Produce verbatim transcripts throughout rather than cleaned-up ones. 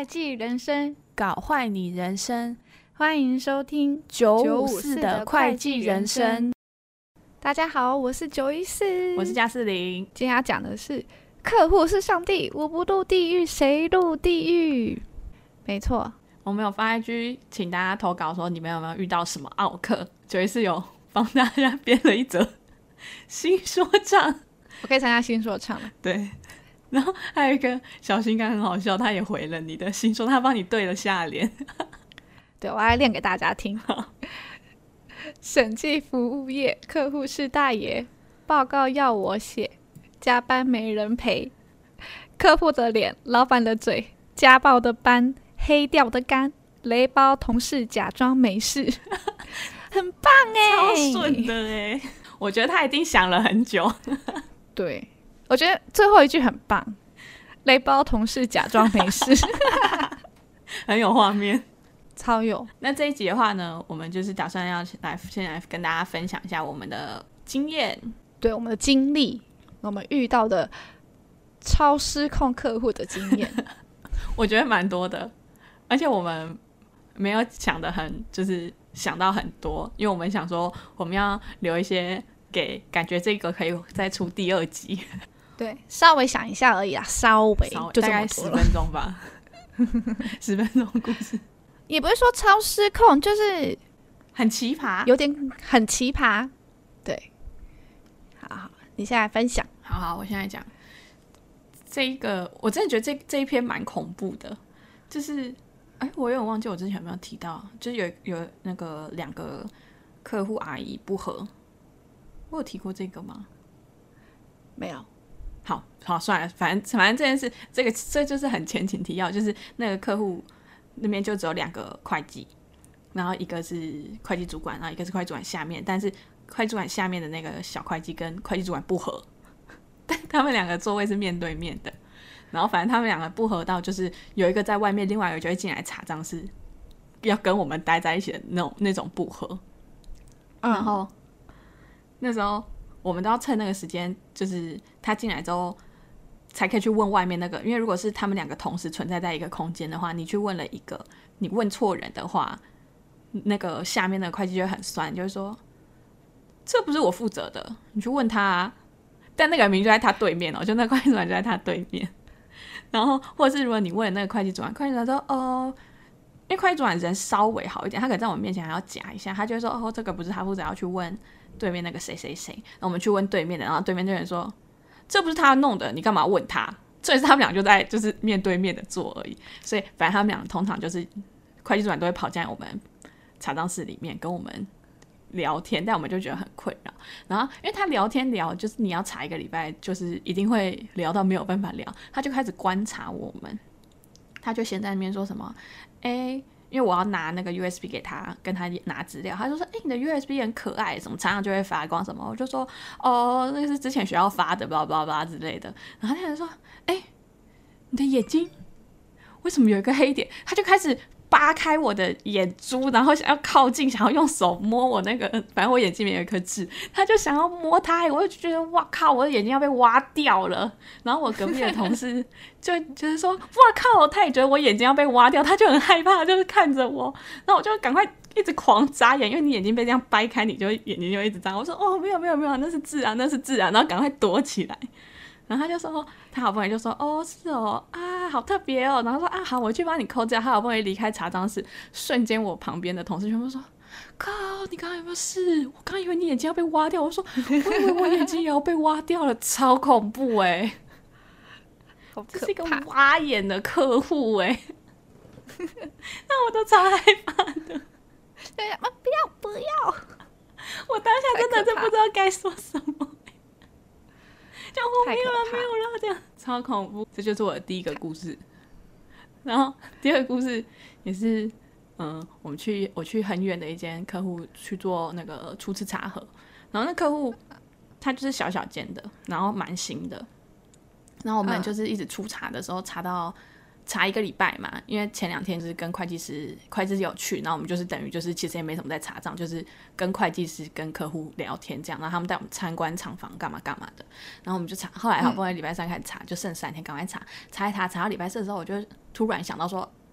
计人生， 搞坏你人生。 欢迎收听九五四的会计人生。大家好，我是九一四， 我是加四零。 今天要讲的是客户是上帝，我不入地狱谁入地狱。没错， 我们有发 I G 请大家投稿说你们有没有遇到什么奥客，九一四有帮大家编了一则新说唱。 我可以参加新说唱了。 对，然后还有一个小心肝很好笑，他也回了你的新说，他帮你对了下联。 对，我来练给大家听。审计服务业，客户是大爷，报告要我写，加班没人陪，客户的脸，老板的嘴，家暴的班，黑掉的肝，雷包同事假装没事。很棒耶， 超顺的耶。我觉得他一定想了很久。 对，我觉得最后一句很棒，雷包同事假装没事。 很有画面， 超有。 那这一集的话呢，我们就是打算要来先来跟大家分享一下我们的经验， 对，我们的经历，我们遇到的超失控客户的经验。 我觉得蛮多的，而且我们没有想的很就是想到很多，因为我们想说我们要留一些给感觉这个可以再出第二集。 对，稍微想一下而已啦，稍微就这么多了， 大概十分钟吧。十分钟故事也不是说超失控，就是很奇葩， 有点很奇葩。对，好好，你现在分享。 好好，我现在讲这一个，我真的觉得这这一篇蛮恐怖的，就是哎，我有点忘记我之前有没有提到，就是有有那个两个客户阿姨不合，我有提过这个吗？ 没有。 好好算了，反正反正这件事，这个这就是很前情提要，就是那个客户那边就只有两个会计，然后一个是会计主管，然后一个是会计主管下面，但是会计主管下面的那个小会计跟会计主管不合，但他们两个座位是面对面的，然后反正他们两个不合到就是有一个在外面，另外一个就会进来查账，是要跟我们待在一起的那种那种不合，嗯、然后那时候我们都要趁那个时间，就是他进来之后才可以去问外面那个，因为如果是他们两个同时存在在一个空间的话，你去问了一个，你问错人的话，那个下面的会计就会很酸，就会说这不是我负责的，你去问他啊。但那个名就在他对面哦，就那个会计主管就在他对面。然后或者是如果你问了那个会计主管，会计主管说哦，因为会计主管人稍微好一点，他可能在我们面前还要假一下，他就会说哦，这个不是他负责，要去问对面那个谁谁谁。然后我们去问对面的，然后对面就有人说这不是他弄的，你干嘛问他？所以他们俩就在就是面对面的做而已。所以反正他们俩通常就是会计主管都会跑进来我们查账室里面跟我们聊天，但我们就觉得很困扰。然后因为他聊天聊就是你要查一个礼拜，就是一定会聊到没有办法聊，他就开始观察我们。他就先在那边说什么哎，因为我要拿那个 U S B 给他，跟他拿资料，他就说：“哎、欸，你的 U S B 很可爱，什么常常就会发光什么。”我就说：“哦，那是之前学校发的，巴拉巴拉之类的。”然后他就说：“哎、欸，你的眼睛为什么有一个黑点？”他就开始扒开我的眼珠，然后想要靠近，想要用手摸我那个，反正我眼睛里面有一颗痣，他就想要摸它，我就觉得哇靠，我的眼睛要被挖掉了。然后我隔壁的同事就就是说哇靠，他也觉得我眼睛要被挖掉，他就很害怕，就是看着我，然后我就赶快一直狂眨眼，因为你眼睛被这样掰开，你就眼睛就一直眨。我说哦没有没有没有，那是痣啊那是痣啊，然后赶快躲起来。然后他就说，他好不容易就说，哦，是哦，啊，好特别哦。然后说，啊，好，我去帮你扣这。他好不容易离开查账室，瞬间我旁边的同事全部说，靠，你刚刚有没有事？我刚以为你眼睛要被挖掉。我说，我以为我眼睛也要被挖掉了，超恐怖哎、欸， 好可怕， 这是一个挖眼的客户哎、欸，那我都超害怕的。 对啊，不要不要， 我当下真的是不知道该说什么。就我没有了没有了这样超恐怖。这就是我的第一个故事。然后第二个故事也是嗯，我们去我去很远的一间客户去做那个初次查核，然后那客户他就是小小间的，然后蛮新的，然后我们就是一直初查的时候查到查一个礼拜嘛，因为前两天就是跟会计师会计师有去，然后我们就是等于就是其实也没什么在查账，就是跟会计师跟客户聊天这样，然后他们带我们参观厂房干嘛干嘛的，然后我们就查，后来好不容易礼拜三开始查，就剩三天赶快查查一查查到礼拜四的时候，我就突然想到说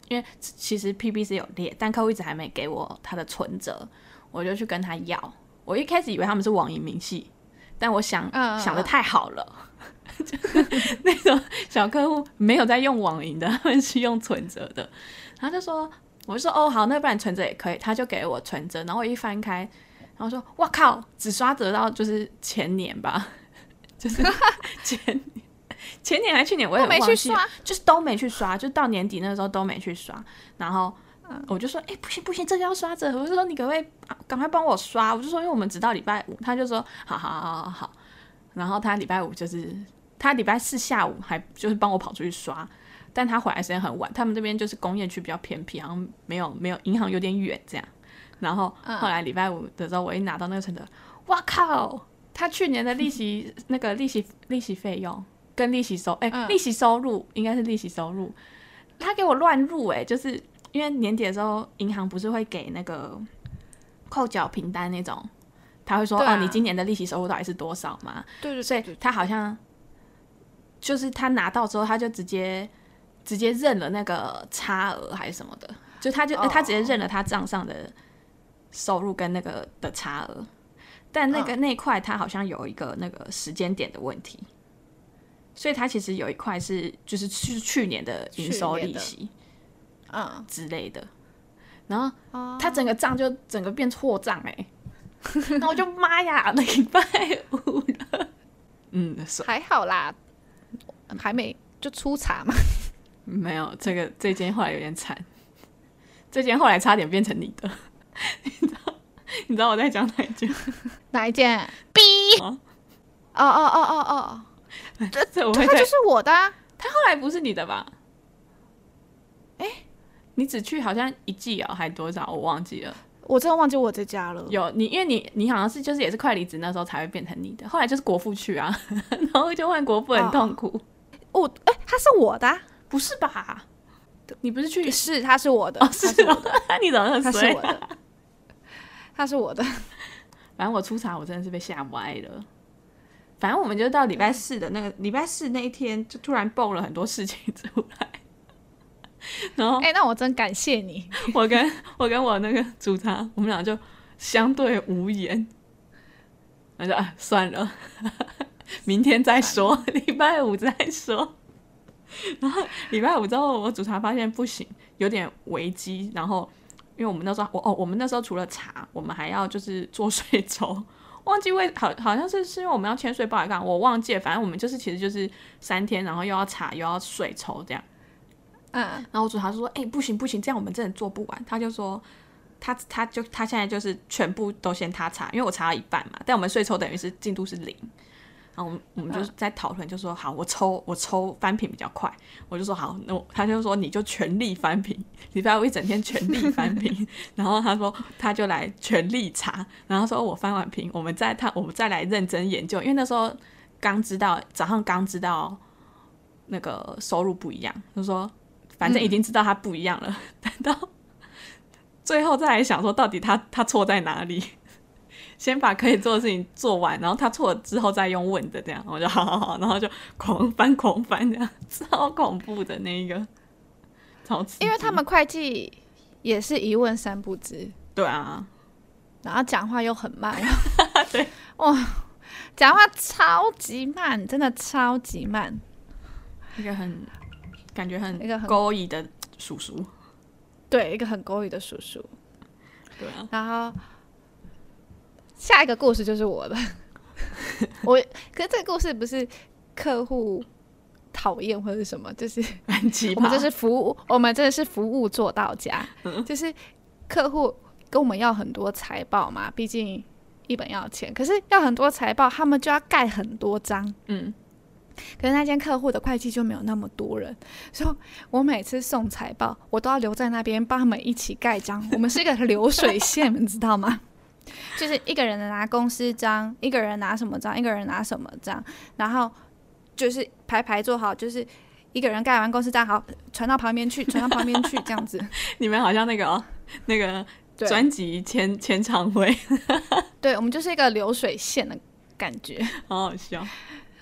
因为其实 P B 是有列，但客户一直还没给我他的存折，我就去跟他要。我一开始以为他们是网银明细，但我想、嗯、想的太好了，就是那种小客户没有在用网银的，他们是用存折的。他就说，我就说哦好，那不然存折也可以，他就给我存折，然后我一翻开，然后说哇靠，只刷得到就是前年吧，就是前年。前年还去年我也忘记了， 都没去刷， 就是都没去刷，就到年底那个时候都没去刷。然后我就说，哎、欸，不行不行，这个要刷着。我就说你可不可以赶快帮我刷？我就说因为我们只到礼拜五，他就说好好好好好。然后他礼拜五就是他礼拜四下午还就是帮我跑出去刷，但他回来时间很晚，他们这边就是工业区比较偏僻，好像没有没有银行有点远这样。然后后来礼拜五的时候，我一拿到那个存折，哇靠！他去年的利息那个利息利息费用。跟利息收，哎、欸嗯，利息收入应该是利息收入，他给我乱入、欸，哎，就是因为年底的时候，银行不是会给那个扣缴凭单那种，他会说、啊、哦，你今年的利息收入到底是多少嘛？ 对对对， 所以他好像就是他拿到之后，他就直接直接认了那个差额还是什么的，就他就、哦、他直接认了他账上的收入跟那个的差额，但那个、嗯、那一块他好像有一个那个时间点的问题。所以它其实有一块是就是去去年的营收利息，嗯之类的，然后它整个账就整个变错账哎，那我就妈呀，礼拜五了，嗯， 还好啦，还没就初查嘛， 没有这个这间后来有点惨，这间后来差点变成你的，你知道你知道我在讲哪一件？ 哪一件？逼！哦哦哦哦哦。这这他就是我的、啊， 他后来不是你的吧？哎、欸，你只去好像一季哦，还多少我忘记了。 我真的忘记我这家了。 有你，因为你你好像是就是也是快离职那时候才会变成你的，后来就是国父去啊，然后就换国父很痛苦。 哦，哎、欸，他是我的、啊， 不是吧？你不是去？ 是，他是我的， 哦、是我的。你怎么很衰、啊？ 他是我的，他是我的。 反正我出查，我真的是被吓歪了。反正我们就到礼拜四的那个礼拜四那一天，就突然蹦了很多事情出来。然后， 哎、欸，那我真感谢你。 我跟我跟我那个主查，我们俩就相对无言。我就啊，算了，明天再说，礼拜五再说。然后礼拜五之后，我主查发现不行，有点危机。然后，因为我们那时候，我哦，我们那时候除了查，我们还要就是做税收。忘记为好好像是是因为我们要签税报来干，我忘记了，反正我们就是其实就是三天，然后又要查又要税抽这样。嗯，然后我主他说：“哎、欸，不行不行，这样我们真的做不完。”他就说：“他他就他现在就是全部都先他查，因为我查到一半嘛，但我们税抽等于是进度是零。”然后我们我们就在讨论，就说好，我抽我抽翻屏比较快，我就说好，那他就说你就全力翻屏，礼拜五一整天全力翻屏，然后他说他就来全力查，然后说我翻完屏，我们再他我们再来认真研究，因为那时候刚知道早上刚知道那个收入不一样，就说反正已经知道他不一样了，等、嗯、到最后再来想说到底他他错在哪里。先把可以做的事情做完，然后他错了之后再用问的，这样我就好好好，然后就狂翻狂翻，这样超恐怖的那一个，超刺激。 因为他们会计也是一问三不知， 对啊， 然后讲话又很慢， 对， 哇，讲话超级慢，真的超级慢， 一个很感觉很一个很勾引的叔叔， 对，一个很勾引的叔叔， 对啊， 然后。下一个故事就是我的，我可是这个故事不是客户讨厌或者是什么，就是很奇葩。 我们这是服务，我们真的是服务做到家，嗯、就是客户跟我们要很多财报嘛，毕竟一本要钱，可是要很多财报，他们就要盖很多张，嗯。可是那间客户的会计就没有那么多人，所以我每次送财报，我都要留在那边帮他们一起盖章。我们是一个流水线，你知道吗？就是一个人拿公司章，一个人拿什么章，一个人拿什么章，然后就是排排做好，就是一个人盖完公司章，好传到旁边去，传到旁边去，这样子。 你们好像那个哦，那个专辑签签唱会， 对，我们就是一个流水线的感觉， 好好笑。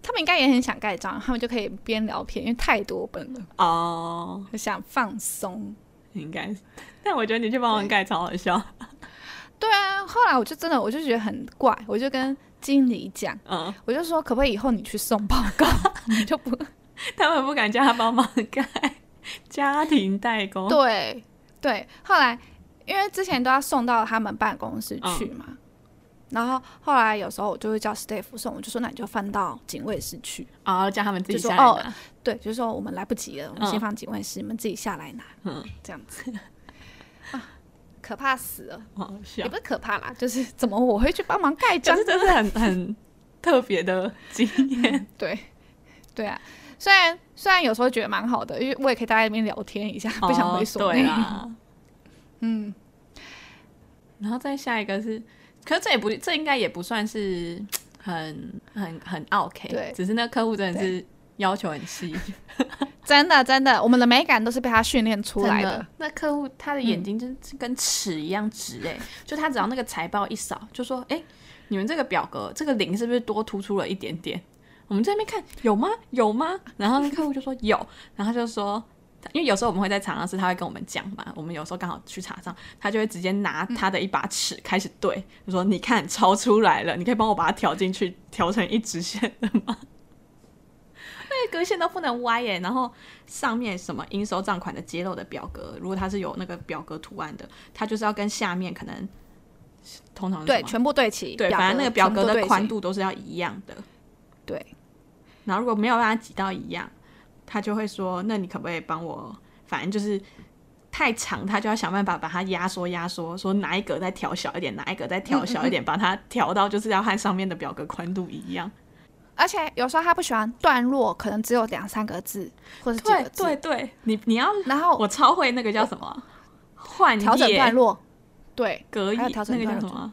他们应该也很想盖章，他们就可以边聊天，因为太多本了哦， 就想放松。 应该是，但我觉得你去帮忙盖超好笑。 对啊，后来我就真的我就觉得很怪，我就跟经理讲， 嗯， 我就说可不可以以后你去送报告，你就不他们不敢叫他帮忙盖，家庭代工。 对对。后来因为之前都要送到他们办公室去嘛，嗯、然后后来有时候我就会叫 staff 送，我就说那你就放到警卫室去， 哦，叫他们自己下来拿。 哦， 对，就是说我们来不及了，我们先放警卫室，嗯、你们自己下来拿，嗯，这样子。啊，可怕死了， 好笑。 也不是可怕啦，就是怎么我会去帮忙盖章， 可是这是很很特别的经验。 对，对啊。虽然虽然有时候觉得蛮好的，因为我也可以待在那边聊天一下，不想回所内。 对啊，嗯。然后再下一个是，可是这也不，这应该也不算是很很很 OK， 对，只是那个客户真的是要求很细。 真的真的，我们的美感都是被他训练出来 的, 的。那客户他的眼睛就是跟尺一样直哎、欸嗯，就他只要那个财报一扫，就说哎、欸，你们这个表格这个零是不是多突出了一点点？我们在那边看有吗？有吗？然后那客户就说有，然后他就说，因为有时候我们会在场上时，他会跟我们讲嘛，我们有时候刚好去查账，他就会直接拿他的一把尺开始对，就说你看超出来了，你可以帮我把它调进去，调成一直线的吗？那个格线都不能歪耶，然后上面什么应收账款的揭露的表格，如果它是有那个表格图案的，它就是要跟下面可能通常是对全部对齐， 对，反正那个表格的宽度都是要一样的。对，然后如果没有让它挤到一样，他就会说，那你可不可以帮我，反正就是太长，他就要想办法把它压缩压缩，说哪一格再调小一点，哪一格再调小一点，嗯嗯嗯把它调到就是要和上面的表格宽度一样。 而且有时候他不喜欢段落，可能只有两三个字或者几个字。 对对对，你你要， 然后我超会那个叫什么换页调整段落，对， 隔页调整那个叫什么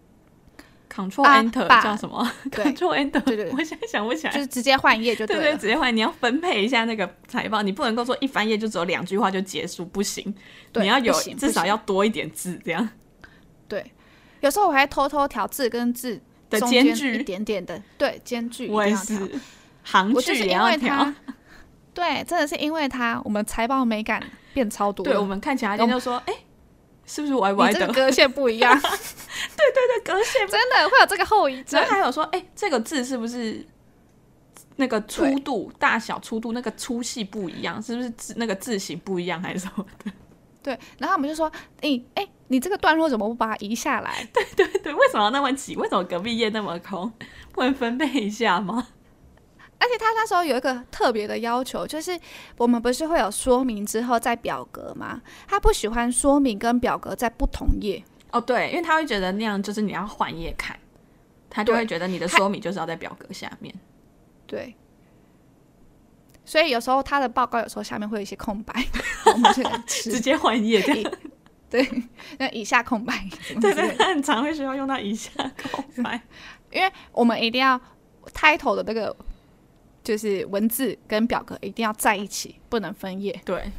？Ctrl Enter、啊、叫什么 ？Ctrl Enter， 对对对， 我现在想不起来， 就是直接换页就对了。 对对，直接换。你要分配一下那个财报，你不能够说一翻页就只有两句话就结束，不行。你要有至少要多一点字，这样。 对，有时候我还偷偷调字跟字的间距一点点的，对，间距我也是，行距也要调。 对，真的是因为它，我们财报美感变超多了。 对，我们看其他店就说，哎、欸，是不是歪歪的？ 你这个格线不一样。对对对，格线真的会有这个后遗症。 然后还有说，哎、欸，这个字是不是那个粗度、大小、粗度那个粗细不一样？是不是字那个字形不一样还是什么的？ 对，然后我们就说，哎、欸、哎。你这个段落怎么不把它移下来？ 对对对，为什么要那么挤？为什么隔壁页那么空？不能分配一下吗？ 而且他那时候有一个特别的要求，就是我们不是会有说明之后再表格吗？他不喜欢说明跟表格在不同页。 哦，对，因为他会觉得那样就是你要换页看，他就会觉得你的说明就是要在表格下面。 对。所以有时候他的报告有时候下面会有一些空白，我们就直接换页这样。 对，那以下空白， 对对，他很常会需要用到以下空白， 因为我们一定要 title 的那个就是文字跟表格一定要在一起，不能分页。 对，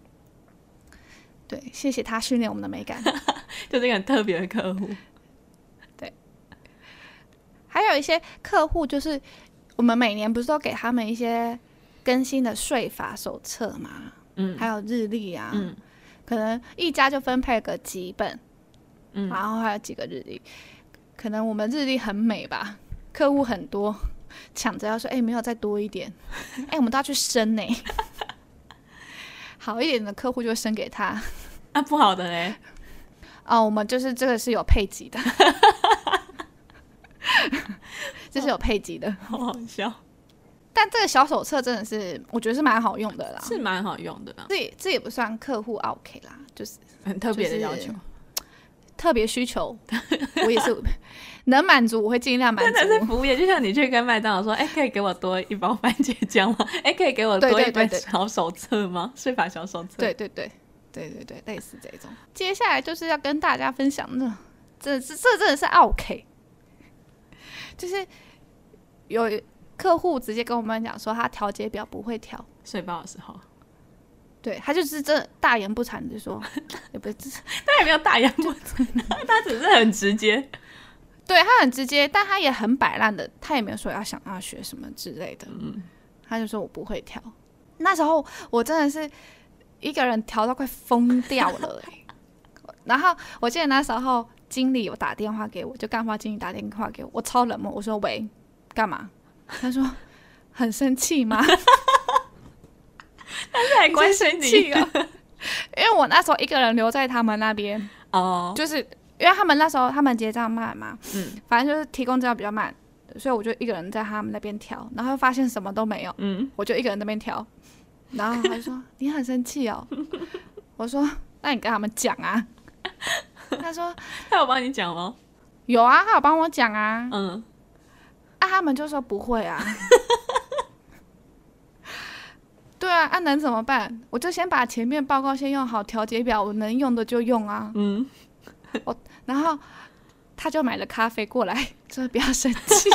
对，谢谢他训练我们的美感， 就是一个很特别的客户。 对，还有一些客户就是我们每年不是都给他们一些更新的税法手册嘛，嗯，还有日历啊，嗯。可能一家就分配个几本，嗯，然后还有几个日历。可能我们日历很美吧，客户很多，抢着要说，哎、欸，没有再多一点，哎、欸，我们都要去升呢。好一点的客户就升给他， 啊，不好的嘞， 哦，我们就是这个是有配给的，这是有配给的， 好好笑。 但这个小手册真的是，我觉得是蛮好用的啦， 是蛮好用的啦。 这也这也不算客户 OK 啦，就是很特别的要求，就是、 特别需求，我也是能满足，我会尽量满足。 真的是服务业，就像你去跟麦当劳说，哎、欸，可以给我多一包番茄酱吗？哎、欸，可以给我多一本小手册吗？税法小手册。 对对对对对对，类似这种。接下来就是要跟大家分享的，这这这真的是 OK， 就是有。客户直接跟我们讲说，他调节表不会调税报的时候， 对他就是这大言不惭的说，也不是， 他也没有大言不惭，他只是很直接， 对他很直接，但他也很摆烂的，他也没有说要想要学什么之类的， 嗯， 他就说我不会调。那时候我真的是一个人调到快疯掉了、欸、然后我记得那时候经理有打电话给我，就干化经理打电话给我，我超冷漠，我说喂，干嘛？他说很生气吗？ 但是还关心你哦，因为我那时候一个人留在他们那边， 哦， 就是因为他们那时候他们结账慢嘛， 嗯， 反正就是提供资料比较慢，所以我就一个人在他们那边调，然后发现什么都没有， 嗯， 我就一个人在那边调，然后他就说你很生气哦，我说那你跟他们讲啊，他说他有帮你讲吗？ 有啊，他有帮我讲啊， 嗯， 啊他们就说不会啊。对啊，啊能怎么办？我就先把前面报告先用好，调节表我能用的就用啊。 嗯， 我然后他就买了咖啡过来，说不要生气，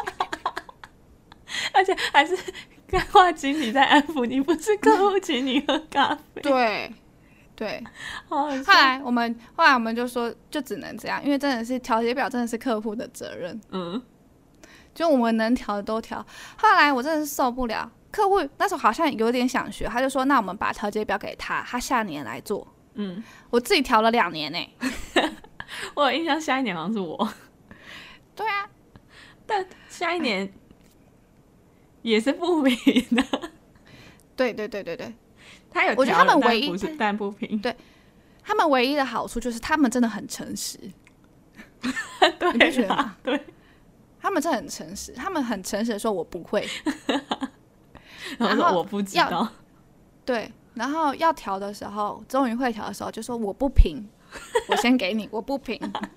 而且还是干化经理在安抚你，不是客户请你喝咖啡。 对对。 好好笑， 后来我们后来我们就说，就只能这样，因为真的是调节表真的是客户的责任， 嗯， 就我们能调的都调。后来我真的是受不了。客户那时候好像有点想学，他就说：“那我们把调节表给他，他下年来做。” 嗯， 我自己调了两年呢、欸。 我有印象，下一年好像是我。 对啊， 但下一年也是不平的。 对对对对对， 他有调了， 我觉得他们唯一但不是但不平。 对他们唯一的好处就是他们真的很诚实， 对， 你不觉得吗？ 对， 他们真的很诚实，他们很诚实的说我不会， 然后说我不知道。 对，然后要调的时候，终于会调的时候，就说我不平，我先给你，我不平。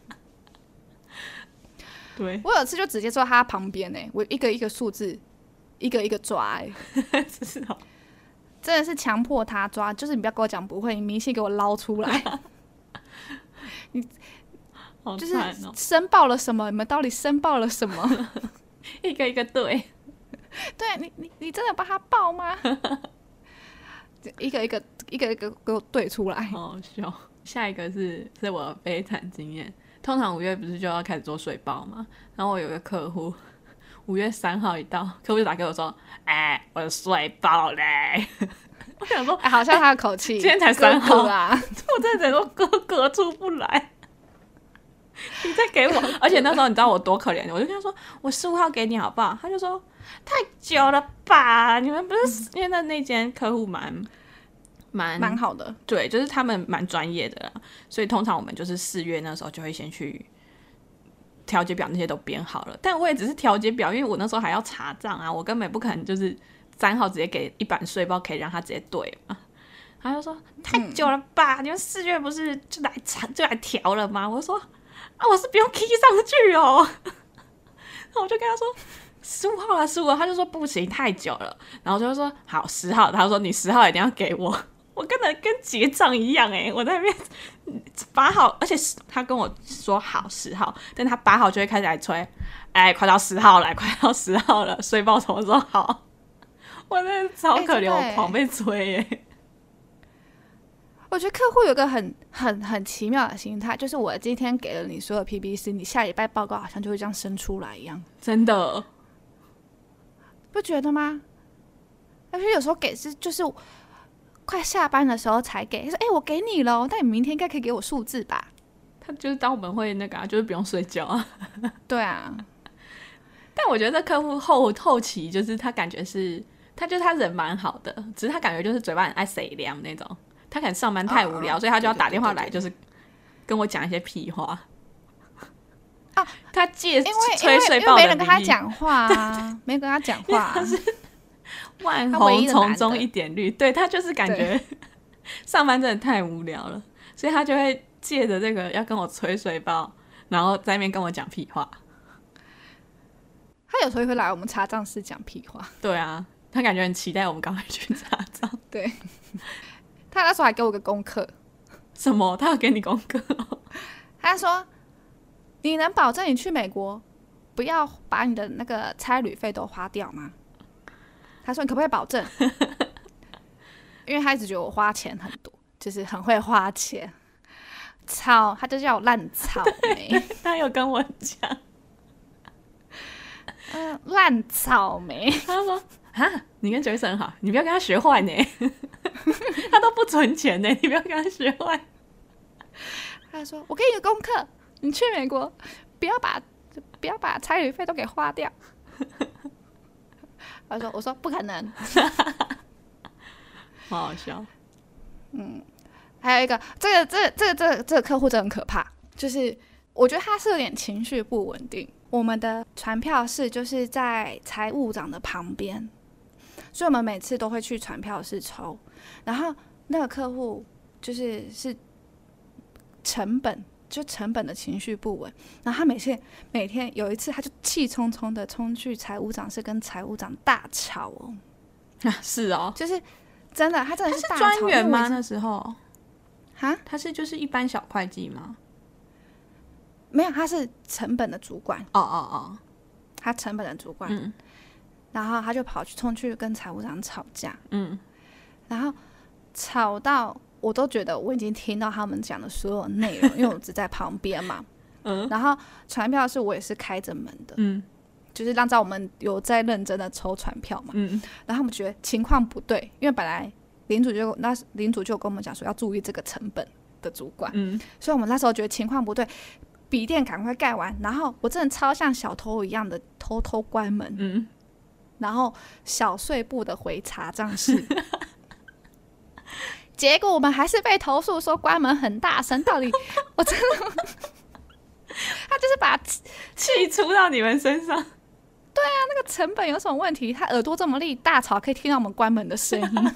对， 我有次就直接坐他旁边呢、欸，我一个一个数字，一个一个抓、欸， 是哦， 真的是强迫他抓，就是你不要跟我讲不会，你明细给我捞出来。 好就是惨哦， 申报了什么？你们到底申报了什么？ 一个一个对。 对你，你你真的帮他报吗？一个一个一个一个给我对出来。 好好笑。下一个是是我的悲惨经验。通常五月不是就要开始做水报吗？然后我有个客户，五月三号一到，客户就打给我说：“哎、欸，我的水报嘞。”我想说， 哎、好像他的口气， 今天才三号啊， 我真的觉得哥哥出不来。你再给我，而且那时候你知道我多可怜，我就跟他说我十五号给你好不好？他就说太久了吧，你们不是因为那那间客户蛮蛮蛮好的， 对，就是他们蛮专业的啦，所以通常我们就是四月那时候就会先去调节表那些都编好了，但我也只是调节表，因为我那时候还要查账啊，我根本不可能就是三号直接给一版税报可以让他直接对嘛。他就说太久了吧，嗯、你们四月不是就来查就来调了吗？我说啊，我是不用 key 上去哦。那我就跟他说十五号了，十五号，他就说不行，太久了。然后我就说好，十号，他说你十号一定要给我。我跟的跟结账一样哎，我在那边八号，而且他跟我说好十号，但他八号就会开始来催，哎，快到十号了，快到十号了，税报什么时候好？我真的超可怜，欸、我狂被催哎。 我觉得客户有个很很很奇妙的心态，就是我今天给了你所有 P B C， 你下礼拜报告好像就会这样生出来一样， 真的， 不觉得吗？而且有时候给是就是快下班的时候才给，说哎、欸、我给你了，但你明天应该可以给我数字吧？ 他就是当我们会那个、啊，就是不用睡觉啊。 对啊， 但我觉得这客户后后期就是他感觉是，他就是他人蛮好的，只是他感觉就是嘴巴很爱塞凉那种。他可能上班太无聊，哦、所以他就要打电话来，就是跟我讲一些屁话。 啊， 他借催税报的名义，因为没人跟他讲话啊，没人跟他讲话、啊。 他是万红丛中一点绿，对他就是感觉上班真的太无聊了，所以他就会借着这个要跟我催税报，然后在那边跟我讲屁话。 他有时候会来我们查账室讲屁话。 对啊，他感觉很期待我们赶快去查账。 对。他那时候还给我个功课， 什么？他要给你功课、哦？ 他说：“你能保证你去美国不要把你的那个差旅费都花掉吗？”他说：“你可不可以保证？”因为他一直觉得我花钱很多，就是很会花钱。操，他就叫我烂草莓。 他有跟我讲， 嗯，烂草莓。 他说啊，你跟 Jason 好，你不要跟他学坏呢，他都不存钱呢，你不要跟他学坏。 他说我给你个功课，你去美国不要把不要把差旅费都给花掉。他说我说不可能。 好好笑。 嗯，还有一个，这个这个这个这个这个客户真的很可怕，就是我觉得他是有点情绪不稳定。我们的传票室就是在财务长的旁边，所以我们每次都会去传票室抽。然后那个客户就是是成本，就成本的情绪不稳。然后他每次每天有一次，他就气冲冲的冲去财务长室跟财务长大吵哦。 是哦， 就是真的，他真的是大吵。 专员吗？那时候哈， 他是就是一般小会计吗？ 没有，他是成本的主管。 哦哦哦， 他成本的主管。 嗯， 然后他就跑去冲去跟财务长吵架。 嗯， 然后吵到我都觉得我已经听到他们讲的所有内容，因为我只在旁边嘛。 嗯， 然后传票是我也是开着门的。 嗯， 就是让在我们有在认真的抽传票嘛。 嗯， 然后他们觉得情况不对，因为本来领主就那领主就有跟我们讲说要注意这个成本的主管。 嗯， 所以我们那时候觉得情况不对，笔电赶快盖完，然后我真的超像小偷一样的偷偷关门。 嗯，然后小碎步的回查账室。结果我们还是被投诉说关门很大声，到底我真的他就是把气出到你们身上。 对啊，那个成本有什么问题？他耳朵这么利，大吵可以听到我们关门的声音。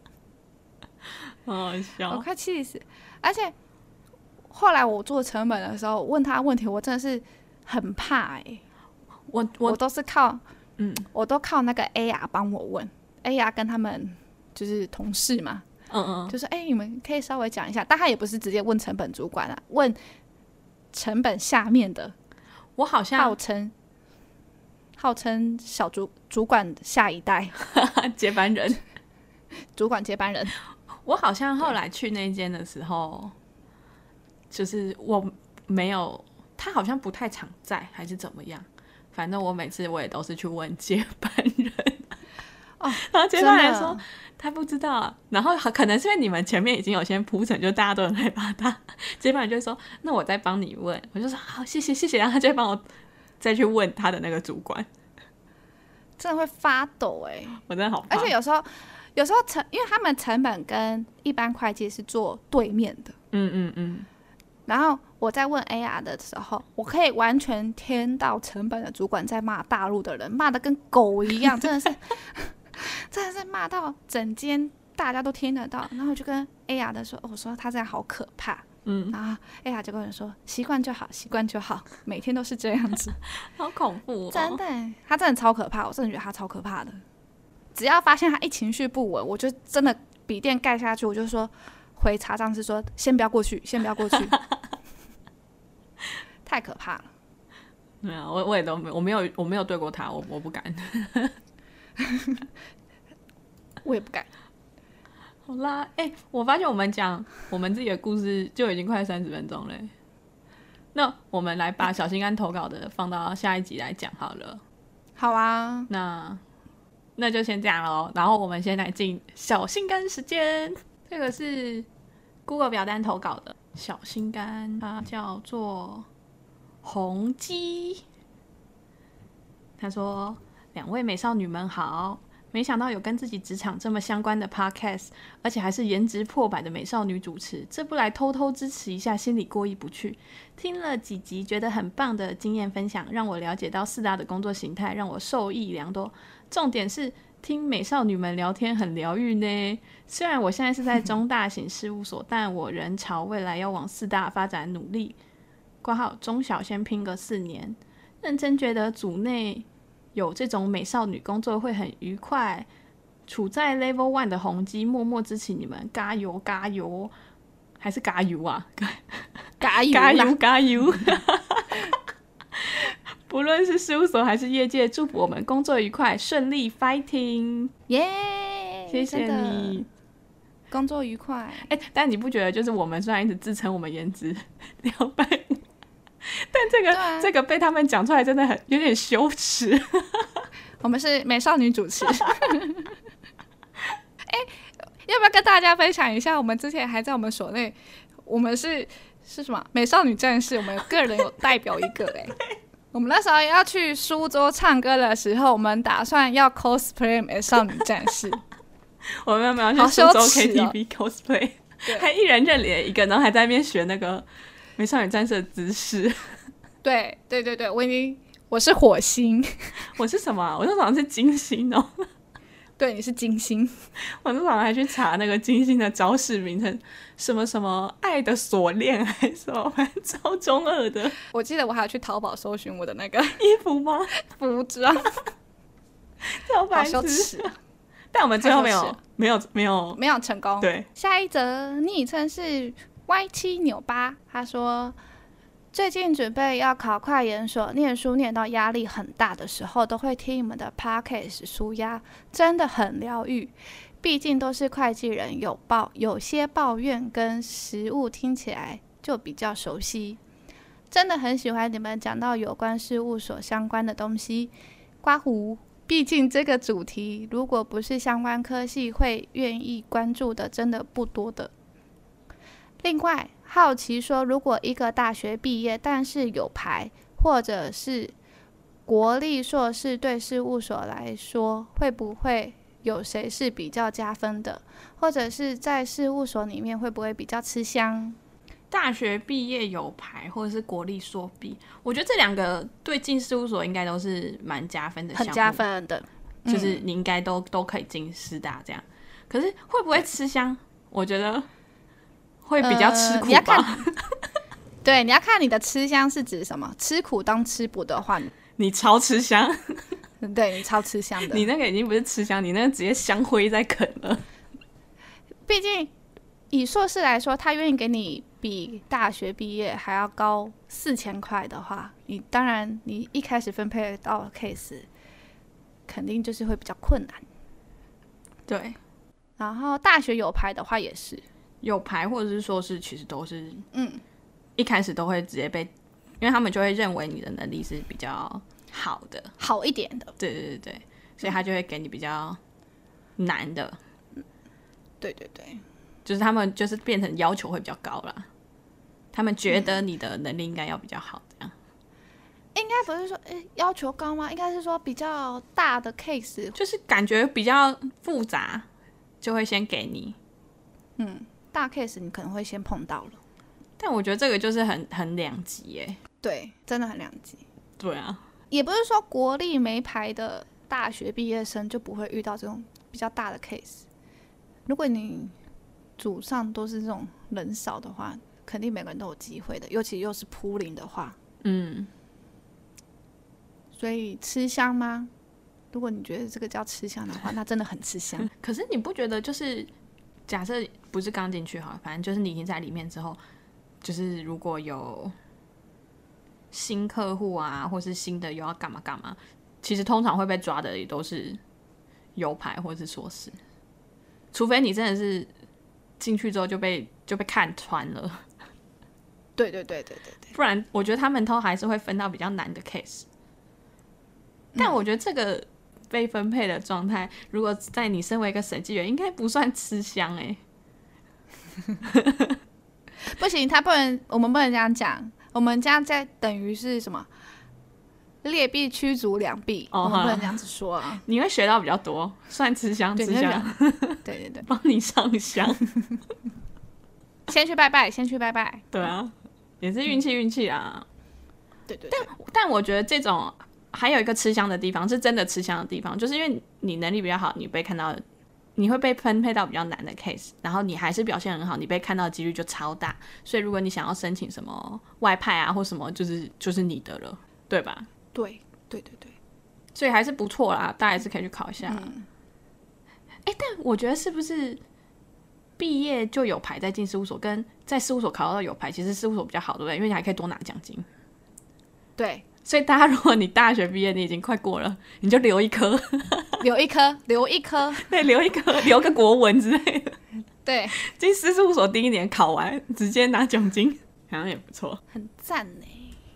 好好笑， 我快气死！而且后来我做成本的时候问他问题，我真的是很怕哎、欸。 我 我, 我都是靠嗯， 我都靠那个 A R 帮我问 ，A R 跟他们就是同事嘛。 嗯嗯， 就说哎、欸，你们可以稍微讲一下，但他也不是直接问成本主管啊，问成本下面的， 我好像号称号称小主主管下一代接班人， 主管接班人。 我好像后来去那间的时候，就是我没有，他好像不太常在，还是怎么样？反正我每次我也都是去问接班人。哦，然后接班人说他不知道，然后可能是因为你们前面已经有先铺陈，就大家都很害怕他。接班人就会说：“那我再帮你问。”我就说：“好，谢谢谢谢。”然后他就会帮我再去问他的那个主管， 真的会发抖哎、欸！ 我真的好怕。 而且有时候有时候成，因为他们成本跟一般会计是做对面的， 嗯嗯嗯。 然后我在问 A R 的时候，我可以完全听到成本的主管在骂大陆的人，骂得跟狗一样，真的是。真的是骂到整间大家都听得到，然后我就跟 A R 的说，我说他这样好可怕，嗯，然后 A R 就跟我说习惯就好，习惯就好，每天都是这样子， 好恐怖哦， 真的，他真的超可怕，我真的觉得他超可怕的。只要发现他一情绪不稳，我就真的笔电盖下去，我就说回查账室说先不要过去，先不要过去，太可怕了。 没有，我我也都没有，我没有我没有对过他，我我不敢。 我也不敢。 好啦，哎、欸，我发现我们讲我们自己的故事就已经快三十分钟了，那我们来把小心肝投稿的放到下一集来讲好了。 好啊， 那那就先这样咯。然后我们先来进小心肝时间，这个是 Google 表单投稿的小心肝，它叫做红鸡。他说：“两位美少女们好。”没想到有跟自己职场这么相关的 podcast， 而且还是颜值破百的美少女主持，这不来偷偷支持一下，心里过意不去。听了几集，觉得很棒的经验分享，让我了解到四大的工作形态，让我受益良多。重点是听美少女们聊天很疗愈呢。虽然我现在是在中大型事务所，但我仍朝未来要往四大发展努力。括号中小先拼个四年，认真觉得组内有这种美少女工作会很愉快，处在 level one 的宏基默默支持你们，加油加油，还是加油啊？ 加油加油加油！不论是事务所还是业界，祝福我们工作愉快，顺利 fighting！ 耶、 yeah, 谢谢你， 工作愉快。 哎、欸，但你不觉得就是我们虽然一直自称我们颜值两百五， 但这个、 啊、 这个被他们讲出来真的很有点羞耻。 我们是美少女主持。哎、欸，要不要跟大家分享一下？我们之前还在我们所内，我们是是什么美少女战士？我们个人有代表一个哎、欸。我们那时候要去苏州唱歌的时候，我们打算要 cosplay 美少女战士。 我们要去苏州 K T V cosplay，、哦、还一人认领一个，然后还在那边学那个美少女战士的姿势。 对对对对，我已经我是火星， 我是什么、啊？我那早上是金星哦。 对，你是金星。 我那早上还去查那个金星的招式名称，什么什么爱的锁链还是什么，反正超中二的。 我记得我还有去淘宝搜寻我的那个衣服吗？ 服装， 超白痴。 好羞耻啊！ 但我们最后没有没有没有没有成功。 对， 下一则昵称是 Y 七九八，他说最近准备要考快研所，念书念到压力很大的时候，都会听你们的 podcast 抒压，真的很疗愈。毕竟都是会计人，有抱有些抱怨跟实务听起来就比较熟悉。真的很喜欢你们讲到有关事务所相关的东西。刮胡，毕竟这个主题如果不是相关科系会愿意关注的，真的不多的。另外好奇说，如果一个大学毕业但是有牌或者是国立硕士，对事务所来说会不会有谁是比较加分的，或者是在事务所里面会不会比较吃香？ 大学毕业有牌或者是国立硕毕，我觉得这两个对进事务所应该都是蛮加分的项目， 很加分的， 就是你应该都、嗯、都可以进师大这样。可是会不会吃香？我觉得会比较吃苦吧。呃、 你要看对，你要看你的吃香是指什么？吃苦当吃补的话， 你超吃香。 对，你超吃香的。 你那个已经不是吃香，你那个直接香灰在啃了。 毕竟以硕士来说，他愿意给你比大学毕业还要高四千块的话，你当然你一开始分配到的 case 肯定就是会比较困难。 对， 然后大学有牌的话也是有牌或者是硕士，其实都是嗯， 一开始都会直接被，因为他们就会认为你的能力是比较好的， 好一点的。 对对对对，所以他就会给你比较难的。 对对对， 就是他们就是变成要求会比较高啦，他们觉得你的能力应该要比较好，这样。 应该不是说、欸、要求高吗？应该是说比较大的 case， 就是感觉比较复杂，就会先给你。 嗯，大 case 你可能会先碰到了。 但我觉得这个就是很很两极耶。 对，真的很两极。 对啊， 也不是说国立没牌的大学毕业生就不会遇到这种比较大的 case。如果你组上都是这种人少的话，肯定每个人都有机会的，尤其又是普林的话。 嗯， 所以吃香吗？如果你觉得这个叫吃香的话，那真的很吃香。 可是你不觉得就是假设不是刚进去好了，反正就是你已经在里面之后，就是如果有新客户啊，或是新的又要干嘛干嘛，其实通常会被抓的也都是有牌或是硕士，除非你真的是进去之后就被就被看穿了。 对对对对对对， 不然我觉得他们都还是会分到比较难的 case。但我觉得这个被分配的状态，如果在你身为一个审计员，应该不算吃香哎、 欸。不行，他不能，我们不能这样讲。我们这样在等于是什么？劣币驱逐良币，哦、我们不能这样子说啊。 你会学到比较多，算吃香吃香。 对对对， 帮你上香。 先去拜拜，先去拜拜。 对啊，也是运气运气啊。 对对对。 但但我觉得这种还有一个吃香的地方，是真的吃香的地方，就是因为你能力比较好，你被看到，你会被分配到比较难的 case， 然后你还是表现很好，你被看到的几率就超大。所以如果你想要申请什么外派啊或什么，就是就是你的了，对吧？ 对对对对， 所以还是不错啦，大家还是可以去考一下。 嗯， 欸，但我觉得是不是毕业就有牌再进事务所，跟在事务所考到有牌，其实事务所比较好，对不对？因为你还可以多拿奖金。 对， 所以大家如果你大学毕业，你已经快过了，你就留一科， 留一科，留一科， 对，留一科，留个国文之类的。 对， 进事务所第一年考完，直接拿奖金，好像也不错， 很赞呢。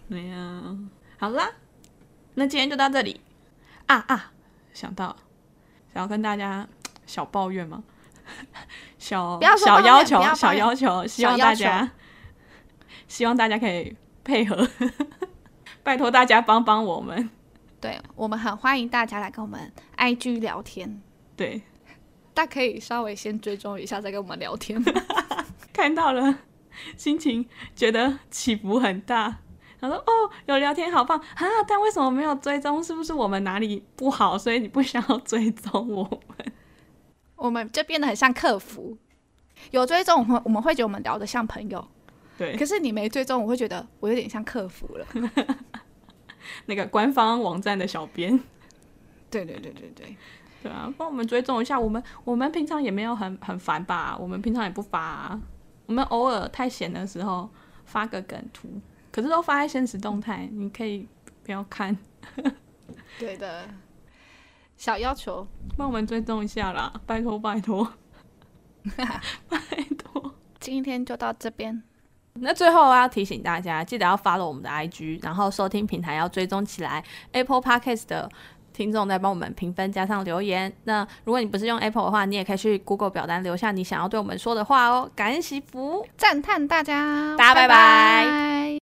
对呀，好啦，那今天就到这里啊啊！想到想要跟大家小抱怨吗？小小要求，小要求，希望大家希望大家可以配合，拜托大家帮帮我们。 对，我们很欢迎大家来跟我们 I G 聊天。 对， 大家可以稍微先追踪一下，再跟我们聊天。 看到了，心情觉得起伏很大。他说：“哦，有聊天好棒啊！但为什么没有追踪？是不是我们哪里不好，所以你不想要追踪我们？” 我们就变得很像客服，有追踪我们我们会觉得我们聊得像朋友， 对。 可是你没追踪，我会觉得我有点像客服了。 那个官方网站的小编， 对对对对对， 对啊，帮我们追踪一下。我们我们平常也没有很很烦吧？我们平常也不发啊，我们偶尔太闲的时候发个梗图。可是都发在现实动态，你可以不要看。 对的，小要求， 帮我们追踪一下啦，拜托拜托，拜托。 今天就到这边。 那最后要提醒大家，记得要 follow 我们的 I G， 然后收听平台要追踪起来。Apple Podcast 的听众再帮我们评分加上留言。那如果你不是用 Apple 的话，你也可以去 Google 表单留下你想要对我们说的话哦。感恩惜福， 赞叹大家， 大家拜拜。 拜拜。